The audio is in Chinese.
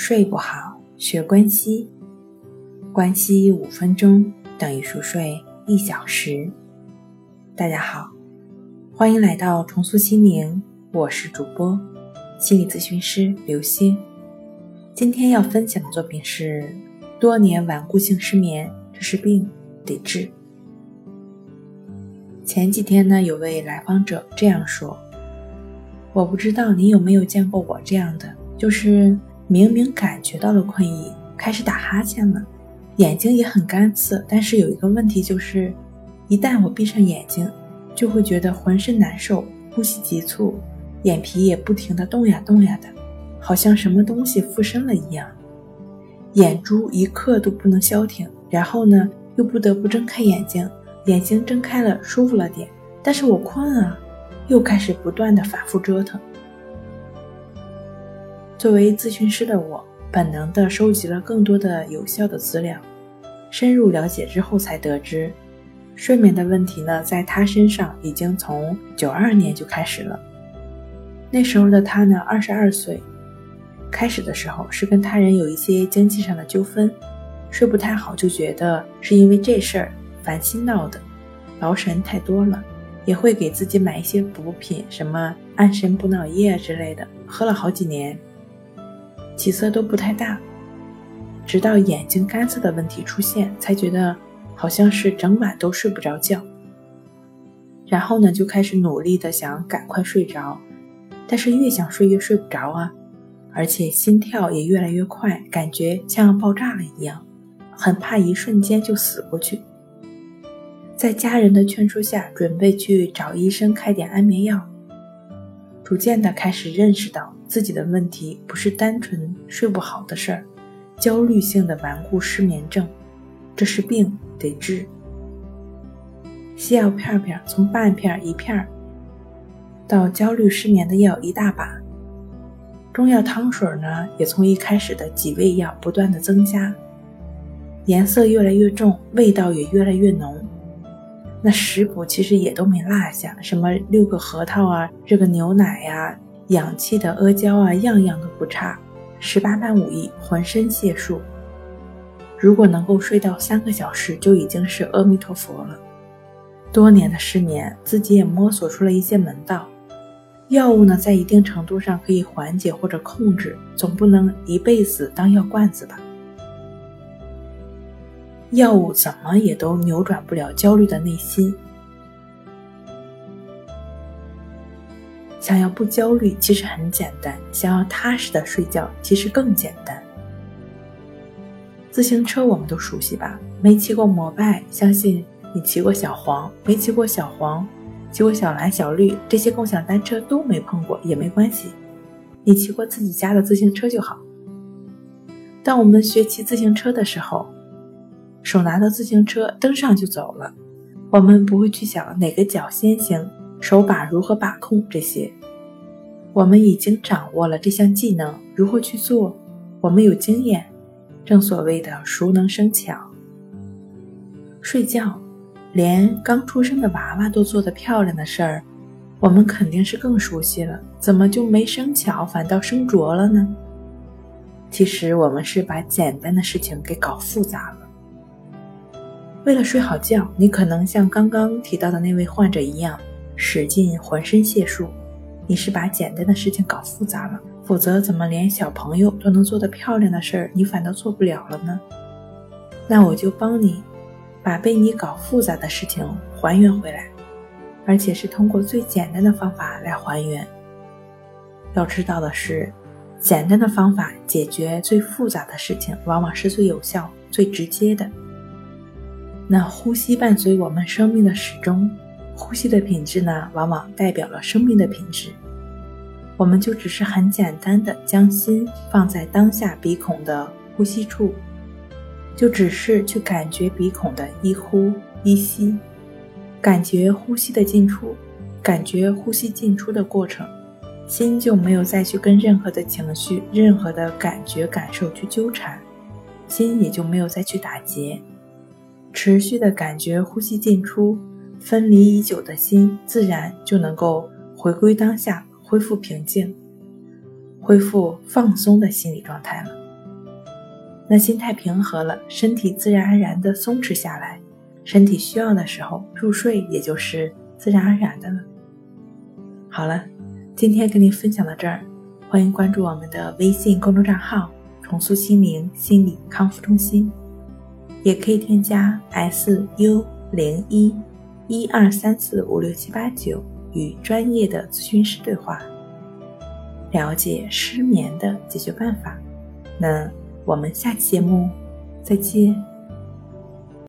睡不好，学关息。关息5分钟等于熟睡1小时。大家好，欢迎来到重塑心灵，我是主播心理咨询师刘星。今天要分享的作品是多年顽固性失眠，这是病，得治。前几天呢，有位来访者这样说，我不知道你有没有见过我这样的，就是明明感觉到了困意，开始打哈欠了，眼睛也很干涩，但是有一个问题就是，一旦我闭上眼睛，就会觉得浑身难受，呼吸急促，眼皮也不停地动呀动呀的，好像什么东西附身了一样，眼珠一刻都不能消停，然后呢，又不得不睁开眼睛，眼睛睁开了舒服了点，但是我困啊，又开始不断地反复折腾。作为咨询师的我，本能地收集了更多的有效的资料，深入了解之后才得知，睡眠的问题呢，在他身上已经从92年就开始了。那时候的他呢，22岁，开始的时候是跟他人有一些经济上的纠纷，睡不太好，就觉得是因为这事儿烦心闹的，劳神太多了，也会给自己买一些补品，什么安神补脑液之类的，喝了好几年，起色都不太大，直到眼睛干涩的问题出现，才觉得好像是整晚都睡不着觉。然后呢，就开始努力的想赶快睡着，但是越想睡越睡不着啊，而且心跳也越来越快，感觉像要爆炸了一样，很怕一瞬间就死过去。在家人的劝说下，准备去找医生开点安眠药，逐渐的开始认识到自己的问题不是单纯睡不好的事儿，焦虑性的顽固失眠症，这是病，得治。西药片片从半片一片到焦虑失眠的药一大把，中药汤水呢也从一开始的几味药不断的增加，颜色越来越重，味道也越来越浓。那食补其实也都没落下，什么6个核桃啊，这个牛奶呀，养气的阿胶啊，样样都不差，18般武艺，浑身解数。如果能够睡到3个小时，就已经是阿弥陀佛了。多年的失眠，自己也摸索出了一些门道。药物呢，在一定程度上可以缓解或者控制，总不能一辈子当药罐子吧。药物怎么也都扭转不了焦虑的内心。想要不焦虑其实很简单，想要踏实的睡觉其实更简单。自行车我们都熟悉吧，没骑过摩拜，相信你骑过小黄，没骑过小黄，骑过小蓝小绿，这些共享单车都没碰过也没关系，你骑过自己家的自行车就好。当我们学骑自行车的时候，手拿着自行车登上就走了，我们不会去想哪个脚先行，手把如何把控这些，我们已经掌握了这项技能，如何去做，我们有经验，正所谓的熟能生巧。睡觉，连刚出生的娃娃都做得漂亮的事儿，我们肯定是更熟悉了，怎么就没生巧反倒生拙了呢？其实我们是把简单的事情给搞复杂了。为了睡好觉，你可能像刚刚提到的那位患者一样，使尽浑身解数，你是把简单的事情搞复杂了，否则怎么连小朋友都能做得漂亮的事儿，你反倒做不了了呢？那我就帮你把被你搞复杂的事情还原回来，而且是通过最简单的方法来还原。要知道的是，简单的方法解决最复杂的事情，往往是最有效、最直接的。那呼吸伴随我们生命的始终，呼吸的品质呢，往往代表了生命的品质。我们就只是很简单的将心放在当下鼻孔的呼吸处，就只是去感觉鼻孔的一呼一吸，感觉呼吸的进出，感觉呼吸进出的过程，心就没有再去跟任何的情绪、任何的感觉感受去纠缠，心也就没有再去打结。持续的感觉呼吸进出，分离已久的心自然就能够回归当下，恢复平静，恢复放松的心理状态了。 那心态平和了，身体自然而然地松弛下来，身体需要的时候入睡也就是自然而然的了。好了，今天跟您分享到这儿，欢迎关注我们的微信公众账号重塑心灵心理康复中心，也可以添加 SU011234567889与专业的咨询师对话，了解失眠的解决办法。那我们下期节目再见。